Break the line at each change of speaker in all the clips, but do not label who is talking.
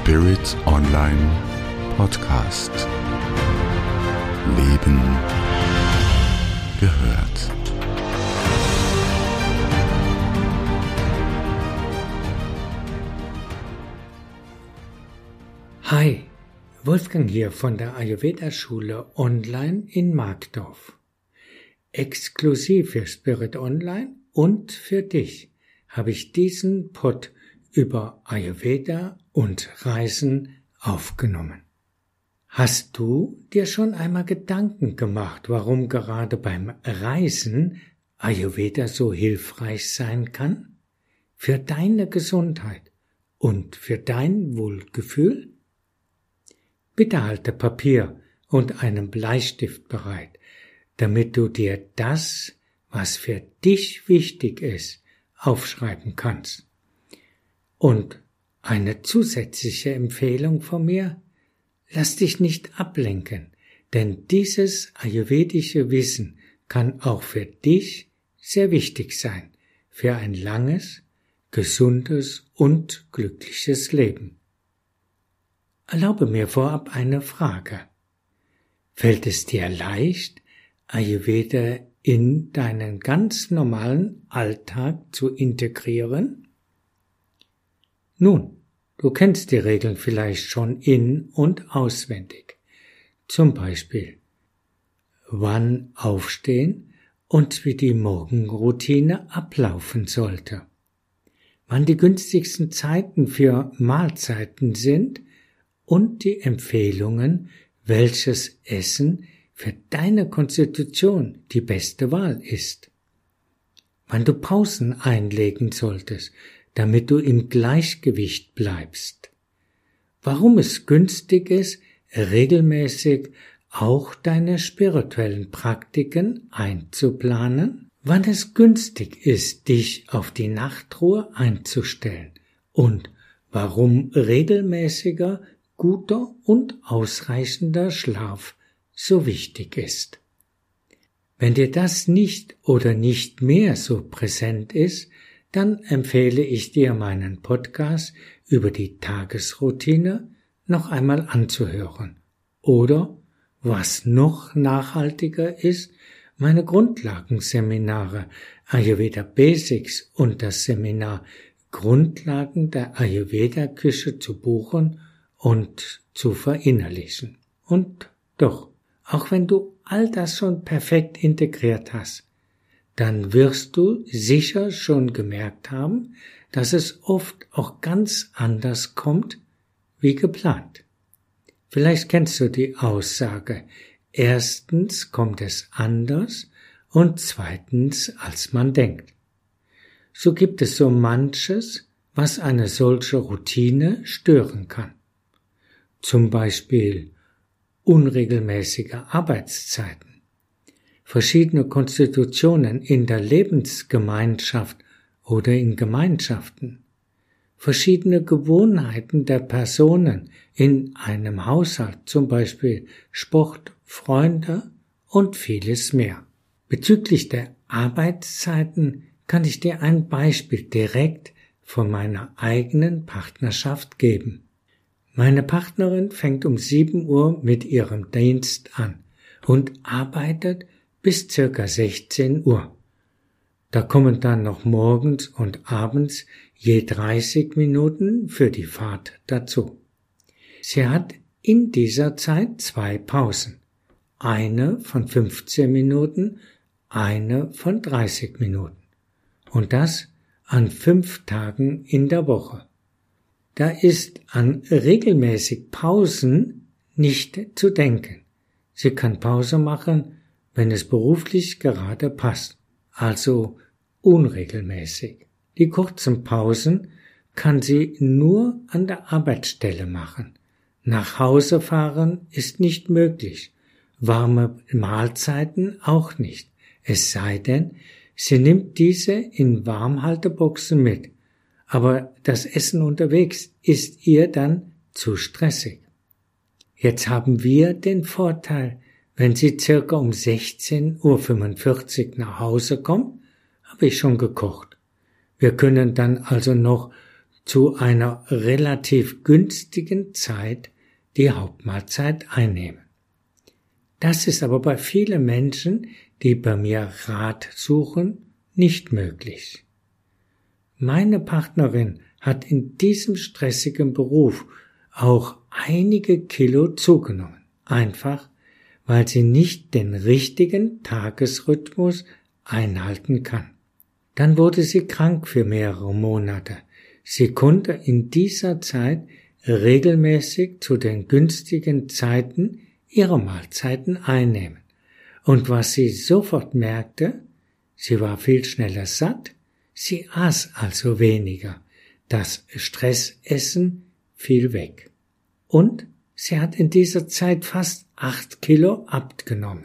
Spirit Online Podcast. Leben gehört.
Hi, Wolfgang hier von der Ayurveda-Schule Online in Markdorf. Exklusiv für Spirit Online und für dich habe ich diesen Pod über Ayurveda und Reisen aufgenommen. Hast du dir schon einmal Gedanken gemacht, warum gerade beim Reisen Ayurveda so hilfreich sein kann? Für deine Gesundheit und für dein Wohlgefühl? Bitte halte Papier und einen Bleistift bereit, damit du dir das, was für dich wichtig ist, aufschreiben kannst. Und eine zusätzliche Empfehlung von mir: Lass dich nicht ablenken, denn dieses ayurvedische Wissen kann auch für dich sehr wichtig sein, für ein langes, gesundes und glückliches Leben. Erlaube mir vorab eine Frage. Fällt es dir leicht, Ayurveda in deinen ganz normalen Alltag zu integrieren? Nun, du kennst die Regeln vielleicht schon in- und auswendig. Zum Beispiel, wann aufstehen und wie die Morgenroutine ablaufen sollte, wann die günstigsten Zeiten für Mahlzeiten sind und die Empfehlungen, welches Essen für deine Konstitution die beste Wahl ist, wann du Pausen einlegen solltest, damit du im Gleichgewicht bleibst, warum es günstig ist, regelmäßig auch deine spirituellen Praktiken einzuplanen, wann es günstig ist, dich auf die Nachtruhe einzustellen und warum regelmäßiger, guter und ausreichender Schlaf so wichtig ist. Wenn dir das nicht oder nicht mehr so präsent ist, dann empfehle ich dir, meinen Podcast über die Tagesroutine noch einmal anzuhören. Oder, was noch nachhaltiger ist, meine Grundlagenseminare Ayurveda Basics und das Seminar Grundlagen der Ayurveda-Küche zu buchen und zu verinnerlichen. Und doch, auch wenn du all das schon perfekt integriert hast, dann wirst du sicher schon gemerkt haben, dass es oft auch ganz anders kommt, wie geplant. Vielleicht kennst du die Aussage: Erstens kommt es anders und zweitens, als man denkt. So gibt es so manches, was eine solche Routine stören kann. Zum Beispiel unregelmäßige Arbeitszeiten, verschiedene Konstitutionen in der Lebensgemeinschaft oder in Gemeinschaften, verschiedene Gewohnheiten der Personen in einem Haushalt, zum Beispiel Sport, Freunde und vieles mehr. Bezüglich der Arbeitszeiten kann ich dir ein Beispiel direkt von meiner eigenen Partnerschaft geben. Meine Partnerin fängt um 7 Uhr mit ihrem Dienst an und arbeitet bis ca. 16 Uhr. Da kommen dann noch morgens und abends je 30 Minuten für die Fahrt dazu. Sie hat in dieser Zeit 2 Pausen. Eine von 15 Minuten, eine von 30 Minuten. Und das an 5 Tagen in der Woche. Da ist an regelmäßig Pausen nicht zu denken. Sie kann Pause machen, wenn es beruflich gerade passt, also unregelmäßig. Die kurzen Pausen kann sie nur an der Arbeitsstelle machen. Nach Hause fahren ist nicht möglich, warme Mahlzeiten auch nicht, es sei denn, sie nimmt diese in Warmhalteboxen mit, aber das Essen unterwegs ist ihr dann zu stressig. Jetzt haben wir den Vorteil, wenn sie circa um 16:45 Uhr nach Hause kommt, habe ich schon gekocht. Wir können dann also noch zu einer relativ günstigen Zeit die Hauptmahlzeit einnehmen. Das ist aber bei vielen Menschen, die bei mir Rat suchen, nicht möglich. Meine Partnerin hat in diesem stressigen Beruf auch einige Kilo zugenommen, einfach weil sie nicht den richtigen Tagesrhythmus einhalten kann. Dann wurde sie krank für mehrere Monate. Sie konnte in dieser Zeit regelmäßig zu den günstigen Zeiten ihre Mahlzeiten einnehmen. Und was sie sofort merkte, sie war viel schneller satt, sie aß also weniger. Das Stressessen fiel weg. Und sie hat in dieser Zeit fast 8 Kilo abgenommen.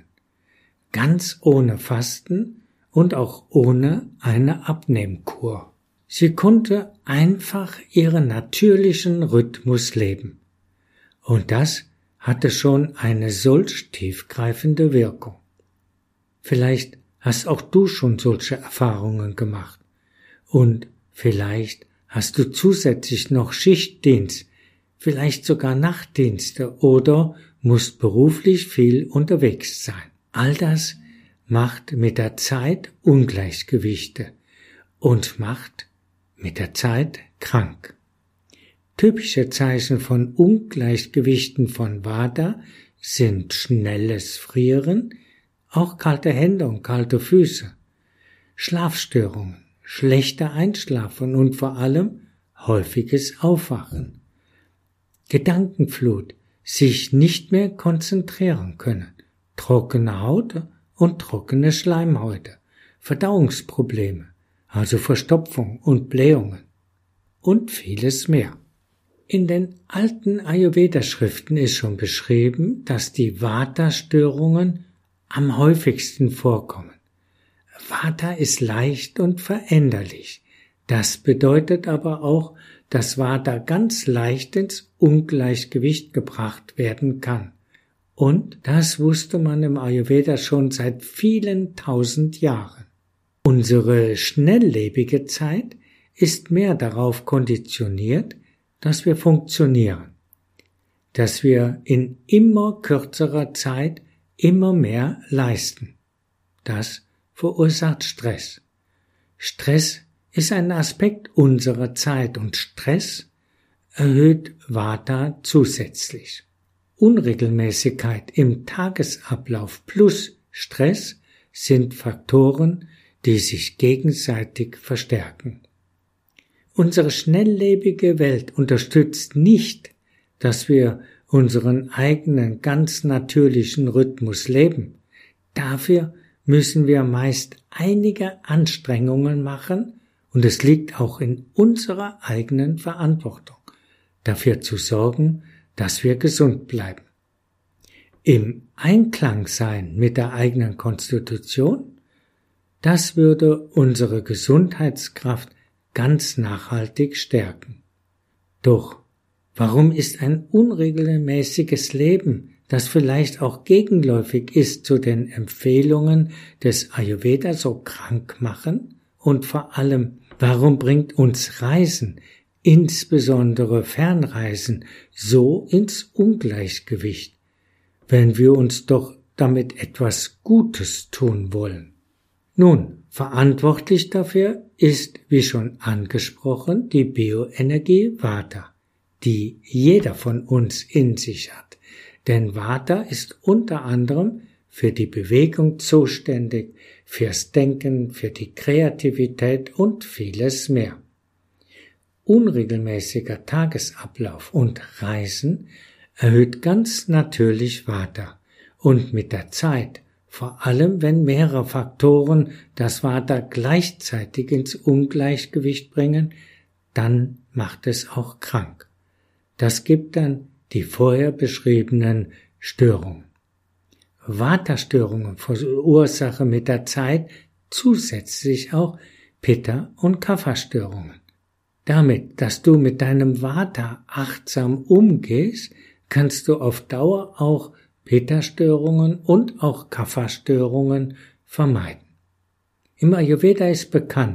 Ganz ohne Fasten und auch ohne eine Abnehmkur. Sie konnte einfach ihren natürlichen Rhythmus leben. Und das hatte schon eine solch tiefgreifende Wirkung. Vielleicht hast auch du schon solche Erfahrungen gemacht. Und vielleicht hast du zusätzlich noch Schichtdienst, vielleicht sogar Nachtdienste oder musst beruflich viel unterwegs sein. All das macht mit der Zeit Ungleichgewichte und macht mit der Zeit krank. Typische Zeichen von Ungleichgewichten von Vata sind schnelles Frieren, auch kalte Hände und kalte Füße, Schlafstörungen, schlechter Einschlafen und vor allem häufiges Aufwachen, Gedankenflut, sich nicht mehr konzentrieren können, trockene Haut und trockene Schleimhäute, Verdauungsprobleme, also Verstopfung und Blähungen und vieles mehr. In den alten Ayurveda-Schriften ist schon beschrieben, dass die Vata-Störungen am häufigsten vorkommen. Vata ist leicht und veränderlich. Das bedeutet aber auch, dass Vata ganz leicht ins Ungleichgewicht gebracht werden kann. Und das wusste man im Ayurveda schon seit vielen tausend Jahren. Unsere schnelllebige Zeit ist mehr darauf konditioniert, dass wir funktionieren, dass wir in immer kürzerer Zeit immer mehr leisten. Das verursacht Stress. Stress ist ein Aspekt unserer Zeit und Stress erhöht Vata zusätzlich. Unregelmäßigkeit im Tagesablauf plus Stress sind Faktoren, die sich gegenseitig verstärken. Unsere schnelllebige Welt unterstützt nicht, dass wir unseren eigenen ganz natürlichen Rhythmus leben. Dafür müssen wir meist einige Anstrengungen machen und es liegt auch in unserer eigenen Verantwortung, dafür zu sorgen, dass wir gesund bleiben. Im Einklang sein mit der eigenen Konstitution, das würde unsere Gesundheitskraft ganz nachhaltig stärken. Doch warum ist ein unregelmäßiges Leben, das vielleicht auch gegenläufig ist zu den Empfehlungen des Ayurveda, so krank machen? Und vor allem, warum bringt uns Reisen, insbesondere Fernreisen, so ins Ungleichgewicht, wenn wir uns doch damit etwas Gutes tun wollen? Nun, verantwortlich dafür ist, wie schon angesprochen, die Bioenergie Vata, die jeder von uns in sich hat. Denn Vata ist unter anderem für die Bewegung zuständig, fürs Denken, für die Kreativität und vieles mehr. Unregelmäßiger Tagesablauf und Reisen erhöht ganz natürlich Vata und mit der Zeit, vor allem wenn mehrere Faktoren das Vata gleichzeitig ins Ungleichgewicht bringen, dann macht es auch krank. Das gibt dann die vorher beschriebenen Störungen. Vata-Störungen verursachen mit der Zeit zusätzlich auch Pitta- und Kapha-Störungen. Damit, dass du mit deinem Vata achtsam umgehst, kannst du auf Dauer auch Pitta-Störungen und auch Kapha-Störungen vermeiden. Im Ayurveda ist bekannt,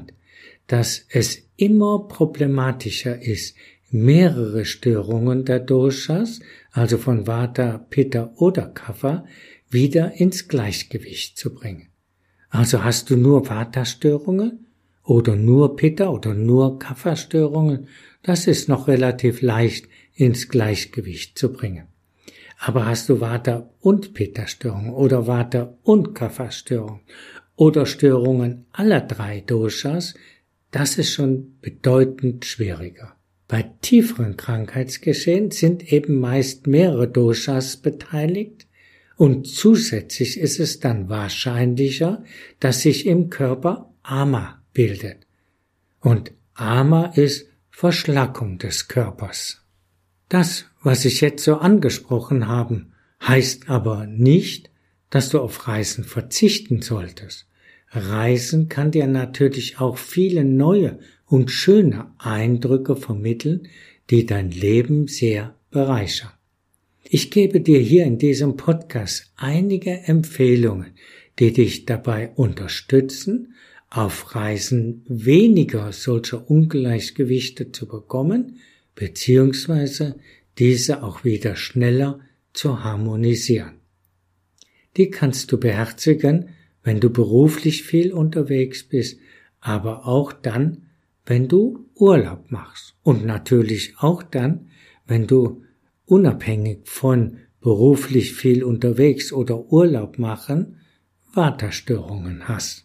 dass es immer problematischer ist, mehrere Störungen der Doshas, also von Vata, Pitta oder Kapha, wieder ins Gleichgewicht zu bringen. Also hast du nur Vata-Störungen oder nur Pitta oder nur Kapha-Störungen, das ist noch relativ leicht ins Gleichgewicht zu bringen. Aber hast du Vata- und Pitta-Störungen oder Vata- und Kapha-Störungen oder Störungen aller drei Doshas, das ist schon bedeutend schwieriger. Bei tieferen Krankheitsgeschehen sind eben meist mehrere Doshas beteiligt und zusätzlich ist es dann wahrscheinlicher, dass sich im Körper Ama bildet. Und Ama ist Verschlackung des Körpers. Das, was ich jetzt so angesprochen habe, heißt aber nicht, dass du auf Reisen verzichten solltest. Reisen kann dir natürlich auch viele neue und schöne Eindrücke vermitteln, die dein Leben sehr bereichern. Ich gebe dir hier in diesem Podcast einige Empfehlungen, die dich dabei unterstützen, auf Reisen weniger solcher Ungleichgewichte zu bekommen, beziehungsweise diese auch wieder schneller zu harmonisieren. Die kannst du beherzigen, wenn du beruflich viel unterwegs bist, aber auch dann, wenn du Urlaub machst und natürlich auch dann, wenn du unabhängig von beruflich viel unterwegs oder Urlaub machen, Vata-Störungen hast.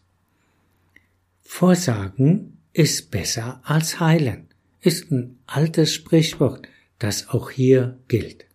Vorsagen ist besser als heilen, ist ein altes Sprichwort, das auch hier gilt.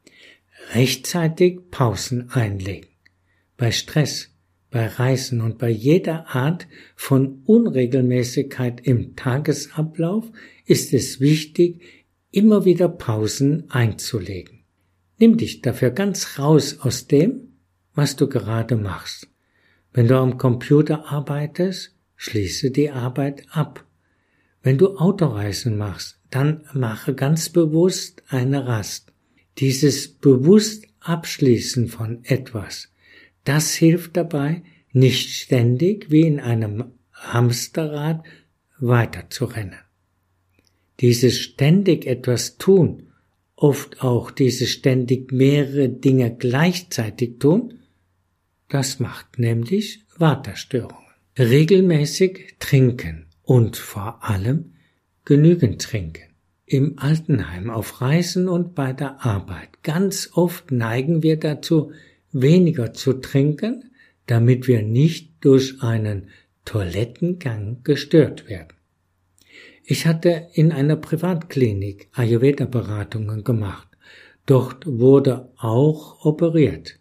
Rechtzeitig Pausen einlegen. Bei Stress, bei Reisen und bei jeder Art von Unregelmäßigkeit im Tagesablauf ist es wichtig, immer wieder Pausen einzulegen. Nimm dich dafür ganz raus aus dem, was du gerade machst. Wenn du am Computer arbeitest, schließe die Arbeit ab. Wenn du Autoreisen machst, dann mache ganz bewusst eine Rast. Dieses bewusst Abschließen von etwas, das hilft dabei, nicht ständig wie in einem Hamsterrad weiterzurennen. Dieses ständig etwas tun, oft auch dieses ständig mehrere Dinge gleichzeitig tun, das macht nämlich Vata-Störungen. Regelmäßig trinken und vor allem genügend trinken. Im Altenheim, auf Reisen und bei der Arbeit. Ganz oft neigen wir dazu, weniger zu trinken, damit wir nicht durch einen Toilettengang gestört werden. Ich hatte in einer Privatklinik Ayurveda-Beratungen gemacht. Dort wurde auch operiert.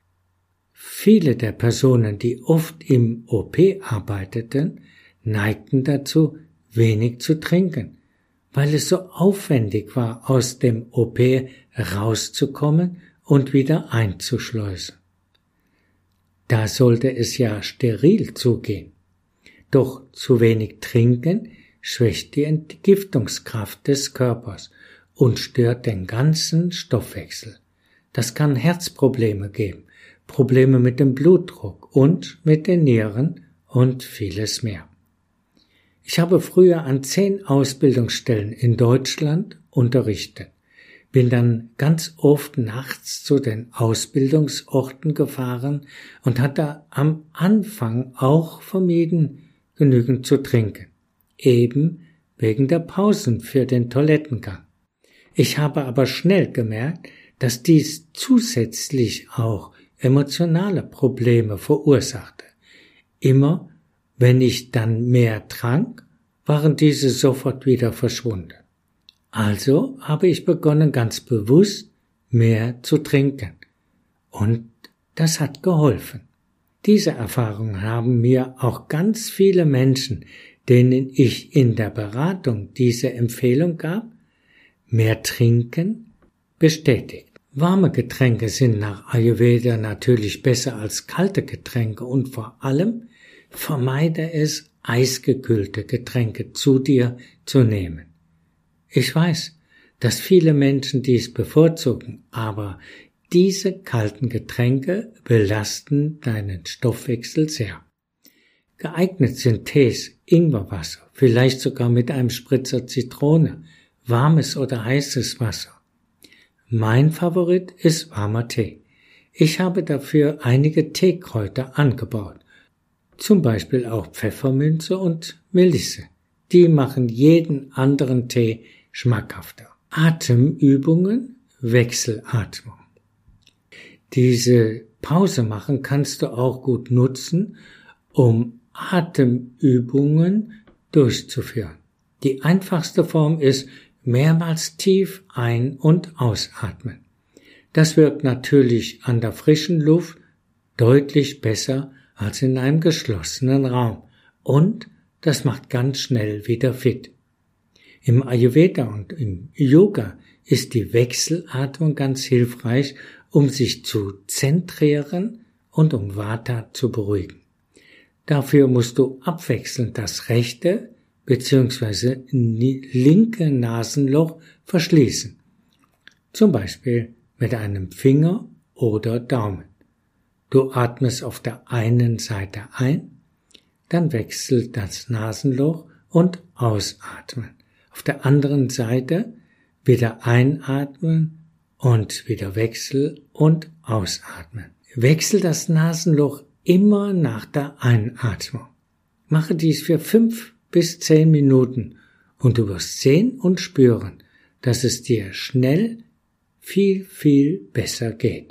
Viele der Personen, die oft im OP arbeiteten, neigten dazu, wenig zu trinken, weil es so aufwendig war, aus dem OP rauszukommen und wieder einzuschleusen. Da sollte es ja steril zugehen. Doch zu wenig trinken schwächt die Entgiftungskraft des Körpers und stört den ganzen Stoffwechsel. Das kann Herzprobleme geben, Probleme mit dem Blutdruck und mit den Nieren und vieles mehr. Ich habe früher an 10 Ausbildungsstellen in Deutschland unterrichtet, bin dann ganz oft nachts zu den Ausbildungsorten gefahren und hatte am Anfang auch vermieden, genügend zu trinken, eben wegen der Pausen für den Toilettengang. Ich habe aber schnell gemerkt, dass dies zusätzlich auch emotionale Probleme verursachte. Immer wenn ich dann mehr trank, waren diese sofort wieder verschwunden. Also habe ich begonnen, ganz bewusst mehr zu trinken. Und das hat geholfen. Diese Erfahrung haben mir auch ganz viele Menschen, denen ich in der Beratung diese Empfehlung gab, mehr trinken, bestätigt. Warme Getränke sind nach Ayurveda natürlich besser als kalte Getränke und vor allem vermeide es, eisgekühlte Getränke zu dir zu nehmen. Ich weiß, dass viele Menschen dies bevorzugen, aber diese kalten Getränke belasten deinen Stoffwechsel sehr. Geeignet sind Tees, Ingwerwasser, vielleicht sogar mit einem Spritzer Zitrone, warmes oder heißes Wasser. Mein Favorit ist warmer Tee. Ich habe dafür einige Teekräuter angebaut, zum Beispiel auch Pfefferminze und Melisse. Die machen jeden anderen Tee schmackhafter. Atemübungen, Wechselatmung. Diese Pause machen kannst du auch gut nutzen, um Atemübungen durchzuführen. Die einfachste Form ist mehrmals tief ein- und ausatmen. Das wirkt natürlich an der frischen Luft deutlich besser als in einem geschlossenen Raum und das macht ganz schnell wieder fit. Im Ayurveda und im Yoga ist die Wechselatmung ganz hilfreich, um sich zu zentrieren und um Vata zu beruhigen. Dafür musst du abwechselnd das rechte bzw. linke Nasenloch verschließen. Zum Beispiel mit einem Finger oder Daumen. Du atmest auf der einen Seite ein, dann wechselt das Nasenloch und ausatmen. Auf der anderen Seite wieder einatmen und wieder Wechsel und ausatmen. Wechsel das Nasenloch immer nach der Einatmung. Mache dies für 5 bis 10 Minuten und du wirst sehen und spüren, dass es dir schnell viel, viel besser geht.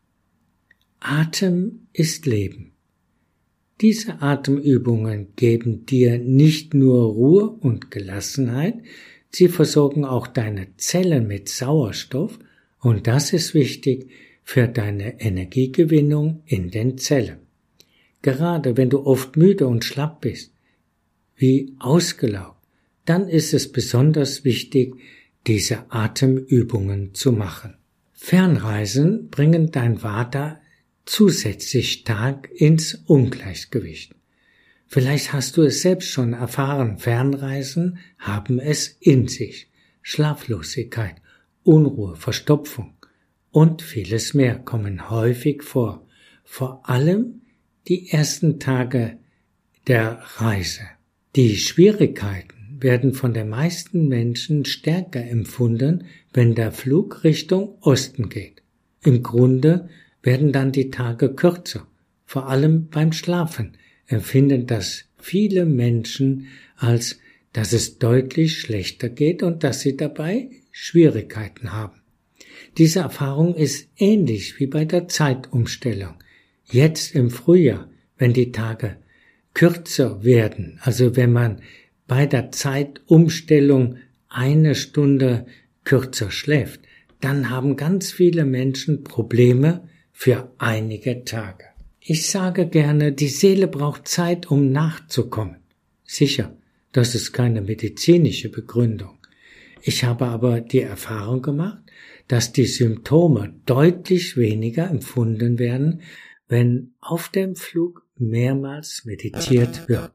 Atem ist Leben. Diese Atemübungen geben dir nicht nur Ruhe und Gelassenheit, sie versorgen auch deine Zellen mit Sauerstoff und das ist wichtig für deine Energiegewinnung in den Zellen. Gerade wenn du oft müde und schlapp bist, wie ausgelaugt, dann ist es besonders wichtig, diese Atemübungen zu machen. Fernreisen bringen dein Vata zusätzlich stark ins Ungleichgewicht. Vielleicht hast du es selbst schon erfahren, Fernreisen haben es in sich. Schlaflosigkeit, Unruhe, Verstopfung und vieles mehr kommen häufig vor. Vor allem die ersten Tage der Reise. Die Schwierigkeiten werden von den meisten Menschen stärker empfunden, wenn der Flug Richtung Osten geht. Im Grunde werden dann die Tage kürzer. Vor allem beim Schlafen empfinden das viele Menschen als, dass es deutlich schlechter geht und dass sie dabei Schwierigkeiten haben. Diese Erfahrung ist ähnlich wie bei der Zeitumstellung. Jetzt im Frühjahr, wenn die Tage kürzer werden, also wenn man bei der Zeitumstellung 1 Stunde kürzer schläft, dann haben ganz viele Menschen Probleme für einige Tage. Ich sage gerne, die Seele braucht Zeit, um nachzukommen. Sicher, das ist keine medizinische Begründung. Ich habe aber die Erfahrung gemacht, dass die Symptome deutlich weniger empfunden werden, wenn auf dem Flug mehrmals meditiert wird.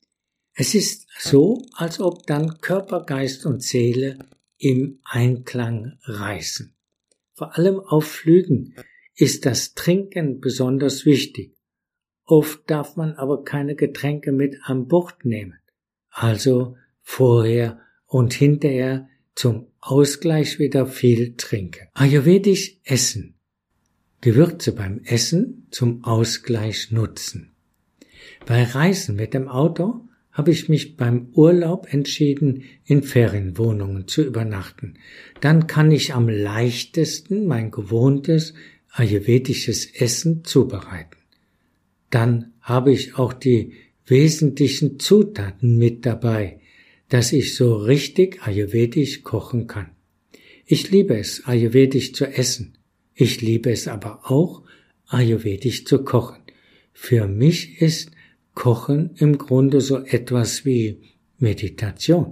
Es ist so, als ob dann Körper, Geist und Seele im Einklang reisen. Vor allem auf Flügen ist das Trinken besonders wichtig. Oft darf man aber keine Getränke mit an Bord nehmen. Also vorher und hinterher zum Ausgleich wieder viel trinken. Ayurvedisch essen. Gewürze beim Essen zum Ausgleich nutzen. Bei Reisen mit dem Auto habe ich mich beim Urlaub entschieden, in Ferienwohnungen zu übernachten. Dann kann ich am leichtesten mein gewohntes ayurvedisches Essen zubereiten. Dann habe ich auch die wesentlichen Zutaten mit dabei, dass ich so richtig ayurvedisch kochen kann. Ich liebe es, ayurvedisch zu essen. Ich liebe es aber auch, ayurvedisch zu kochen. Für mich ist Kochen im Grunde so etwas wie Meditation.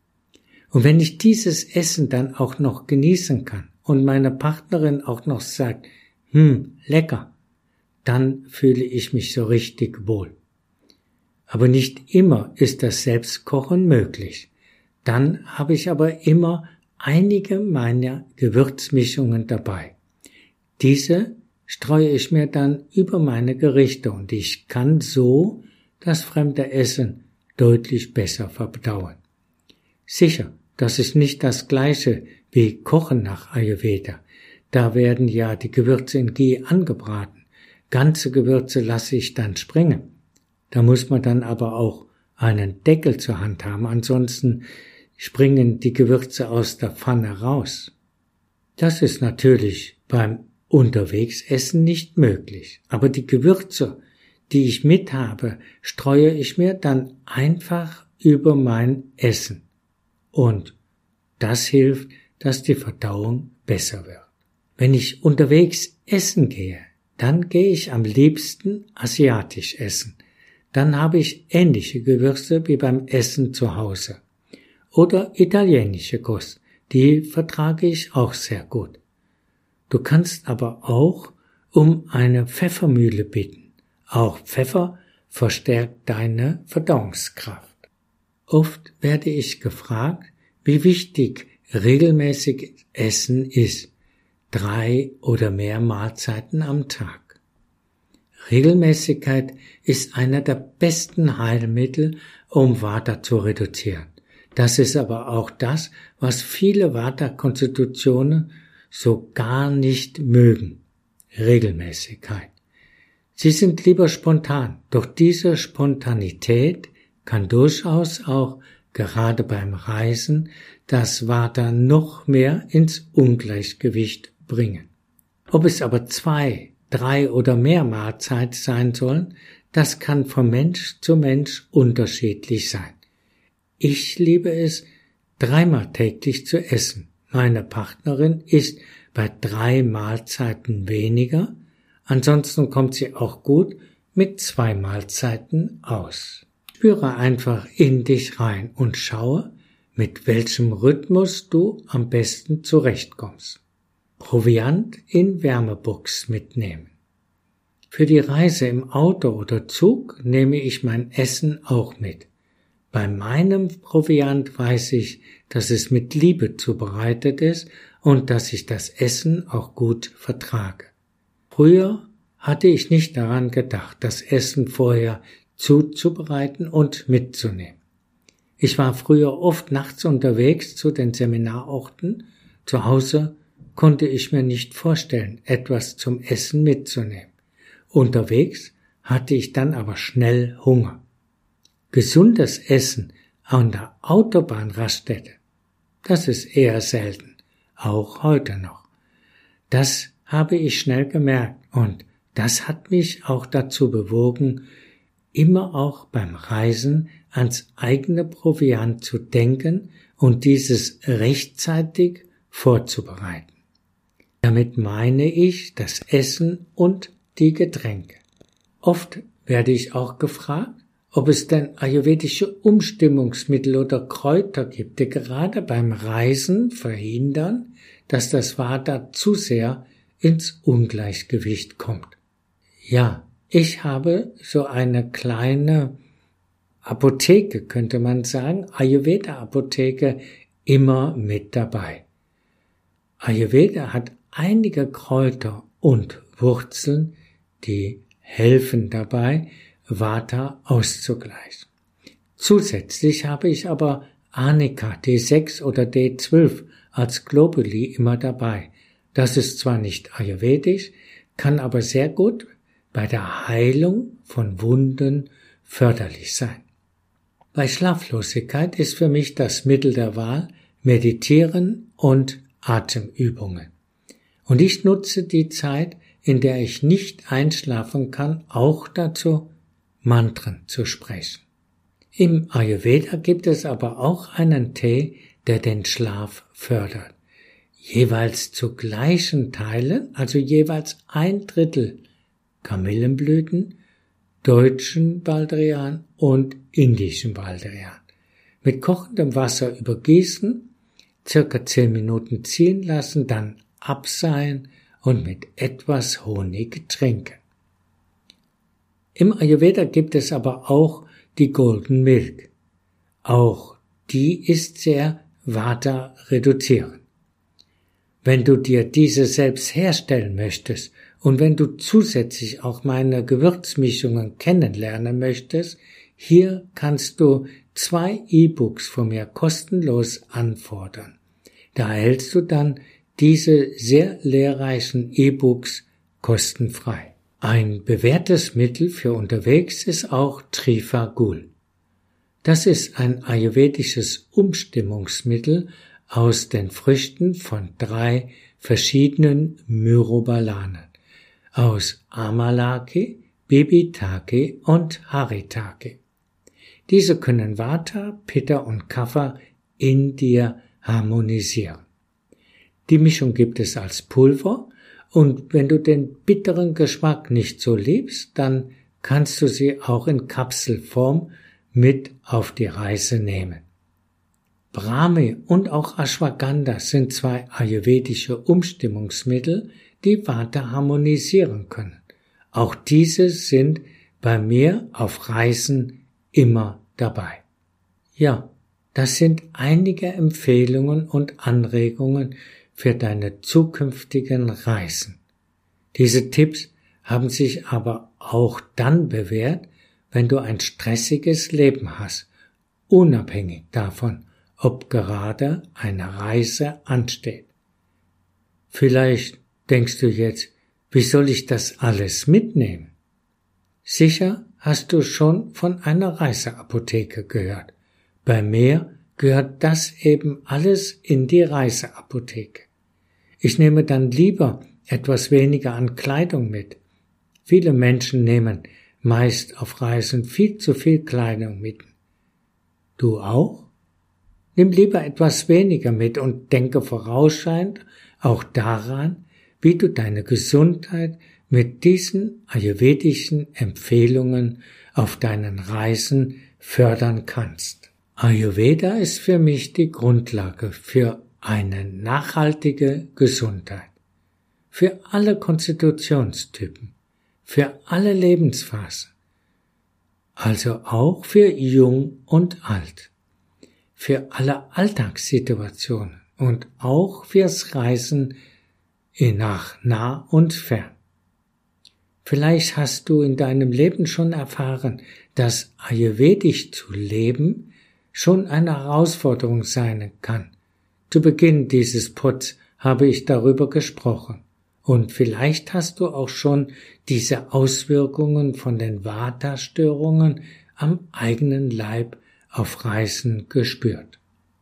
Und wenn ich dieses Essen dann auch noch genießen kann und meine Partnerin auch noch sagt, lecker, dann fühle ich mich so richtig wohl. Aber nicht immer ist das Selbstkochen möglich. Dann habe ich aber immer einige meiner Gewürzmischungen dabei. Diese streue ich mir dann über meine Gerichte und ich kann so das fremde Essen deutlich besser verdauen. Sicher, das ist nicht das Gleiche wie Kochen nach Ayurveda. Da werden ja die Gewürze in Ghee angebraten. Ganze Gewürze lasse ich dann springen. Da muss man dann aber auch einen Deckel zur Hand haben, ansonsten springen die Gewürze aus der Pfanne raus. Das ist natürlich beim Unterwegsessen nicht möglich, aber die Gewürze, die ich mit habe, streue ich mir dann einfach über mein Essen. Und das hilft, dass die Verdauung besser wird. Wenn ich unterwegs essen gehe, dann gehe ich am liebsten asiatisch essen. Dann habe ich ähnliche Gewürze wie beim Essen zu Hause. Oder italienische Kost, die vertrage ich auch sehr gut. Du kannst aber auch um eine Pfeffermühle bitten. Auch Pfeffer verstärkt deine Verdauungskraft. Oft werde ich gefragt, wie wichtig regelmäßig Essen ist. 3 oder mehr Mahlzeiten am Tag. Regelmäßigkeit ist einer der besten Heilmittel, um Vata zu reduzieren. Das ist aber auch das, was viele Vata-Konstitutionen so gar nicht mögen. Regelmäßigkeit. Sie sind lieber spontan, doch diese Spontanität kann durchaus auch gerade beim Reisen das Vata noch mehr ins Ungleichgewicht bringen. Ob es aber 2, 3 oder mehr Mahlzeiten sein sollen, das kann von Mensch zu Mensch unterschiedlich sein. Ich liebe es, 3-mal täglich zu essen. Meine Partnerin isst bei 3 Mahlzeiten weniger, ansonsten kommt sie auch gut mit 2 Mahlzeiten aus. Spüre einfach in dich rein und schaue, mit welchem Rhythmus du am besten zurechtkommst. Proviant in Wärmebox mitnehmen. Für die Reise im Auto oder Zug nehme ich mein Essen auch mit. Bei meinem Proviant weiß ich, dass es mit Liebe zubereitet ist und dass ich das Essen auch gut vertrage. Früher hatte ich nicht daran gedacht, das Essen vorher zuzubereiten und mitzunehmen. Ich war früher oft nachts unterwegs zu den Seminarorten. Zu Hause konnte ich mir nicht vorstellen, etwas zum Essen mitzunehmen. Unterwegs hatte ich dann aber schnell Hunger. Gesundes Essen an der Autobahnraststätte, das ist eher selten, auch heute noch. Das habe ich schnell gemerkt und das hat mich auch dazu bewogen, immer auch beim Reisen ans eigene Proviant zu denken und dieses rechtzeitig vorzubereiten. Damit meine ich das Essen und die Getränke. Oft werde ich auch gefragt, ob es denn ayurvedische Umstimmungsmittel oder Kräuter gibt, die gerade beim Reisen verhindern, dass das Vata zu sehr ins Ungleichgewicht kommt. Ja, ich habe so eine kleine Apotheke, könnte man sagen, Ayurveda-Apotheke, immer mit dabei. Ayurveda hat einige Kräuter und Wurzeln, die helfen dabei, Vata auszugleichen. Zusätzlich habe ich aber Arnika D6 oder D12 als Globuli immer dabei. Das ist zwar nicht ayurvedisch, kann aber sehr gut bei der Heilung von Wunden förderlich sein. Bei Schlaflosigkeit ist für mich das Mittel der Wahl Meditieren und Atemübungen. Und ich nutze die Zeit, in der ich nicht einschlafen kann, auch dazu, Mantren zu sprechen. Im Ayurveda gibt es aber auch einen Tee, der den Schlaf fördert. Jeweils zu gleichen Teilen, also jeweils 1/3 Kamillenblüten, deutschen Baldrian und indischen Baldrian. Mit kochendem Wasser übergießen, circa 10 Minuten ziehen lassen, dann abseihen und mit etwas Honig trinken. Im Ayurveda gibt es aber auch die Golden Milk. Auch die ist sehr Vata reduzierend. Wenn du dir diese selbst herstellen möchtest Und wenn du zusätzlich auch meine Gewürzmischungen kennenlernen möchtest, hier kannst du 2 E-Books von mir kostenlos anfordern. Da erhältst du dann diese sehr lehrreichen E-Books kostenfrei. Ein bewährtes Mittel für unterwegs ist auch Trifagul. Das ist ein ayurvedisches Umstimmungsmittel aus den Früchten von 3 verschiedenen Myrobalanen, aus Amalake, Bibitake und Haritake. Diese können Vata, Pitta und Kapha in dir harmonisieren. Die Mischung gibt es als Pulver und wenn du den bitteren Geschmack nicht so liebst, dann kannst du sie auch in Kapselform mit auf die Reise nehmen. Brahmi und auch Ashwagandha sind 2 ayurvedische Umstimmungsmittel, die Vata harmonisieren können. Auch diese sind bei mir auf Reisen immer dabei. Ja, das sind einige Empfehlungen und Anregungen für deine zukünftigen Reisen. Diese Tipps haben sich aber auch dann bewährt, wenn du ein stressiges Leben hast, unabhängig davon, ob gerade eine Reise ansteht. Vielleicht denkst du jetzt, wie soll ich das alles mitnehmen? Sicher hast du schon von einer Reiseapotheke gehört. Bei mir gehört das eben alles in die Reiseapotheke. Ich nehme dann lieber etwas weniger an Kleidung mit. Viele Menschen nehmen meist auf Reisen viel zu viel Kleidung mit. Du auch? Nimm lieber etwas weniger mit und denke vorausschauend auch daran, wie du deine Gesundheit mit diesen ayurvedischen Empfehlungen auf deinen Reisen fördern kannst. Ayurveda ist für mich die Grundlage für eine nachhaltige Gesundheit. Für alle Konstitutionstypen, für alle Lebensphasen, also auch für Jung und Alt, für alle Alltagssituationen und auch fürs Reisen nach nah und fern. Vielleicht hast du in deinem Leben schon erfahren, dass ayurvedisch zu leben schon eine Herausforderung sein kann. Zu Beginn dieses Pods habe ich darüber gesprochen. Und vielleicht hast du auch schon diese Auswirkungen von den Vata-Störungen am eigenen Leib auf Reisen gespürt.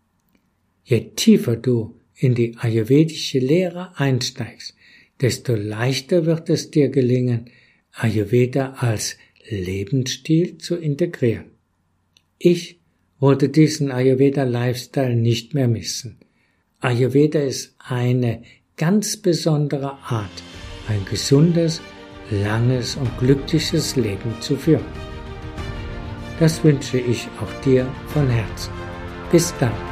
Je tiefer du in die ayurvedische Lehre einsteigst, desto leichter wird es dir gelingen, Ayurveda als Lebensstil zu integrieren. Ich wollte diesen Ayurveda-Lifestyle nicht mehr missen. Ayurveda ist eine ganz besondere Art, ein gesundes, langes und glückliches Leben zu führen. Das wünsche ich auch dir von Herzen. Bis dann.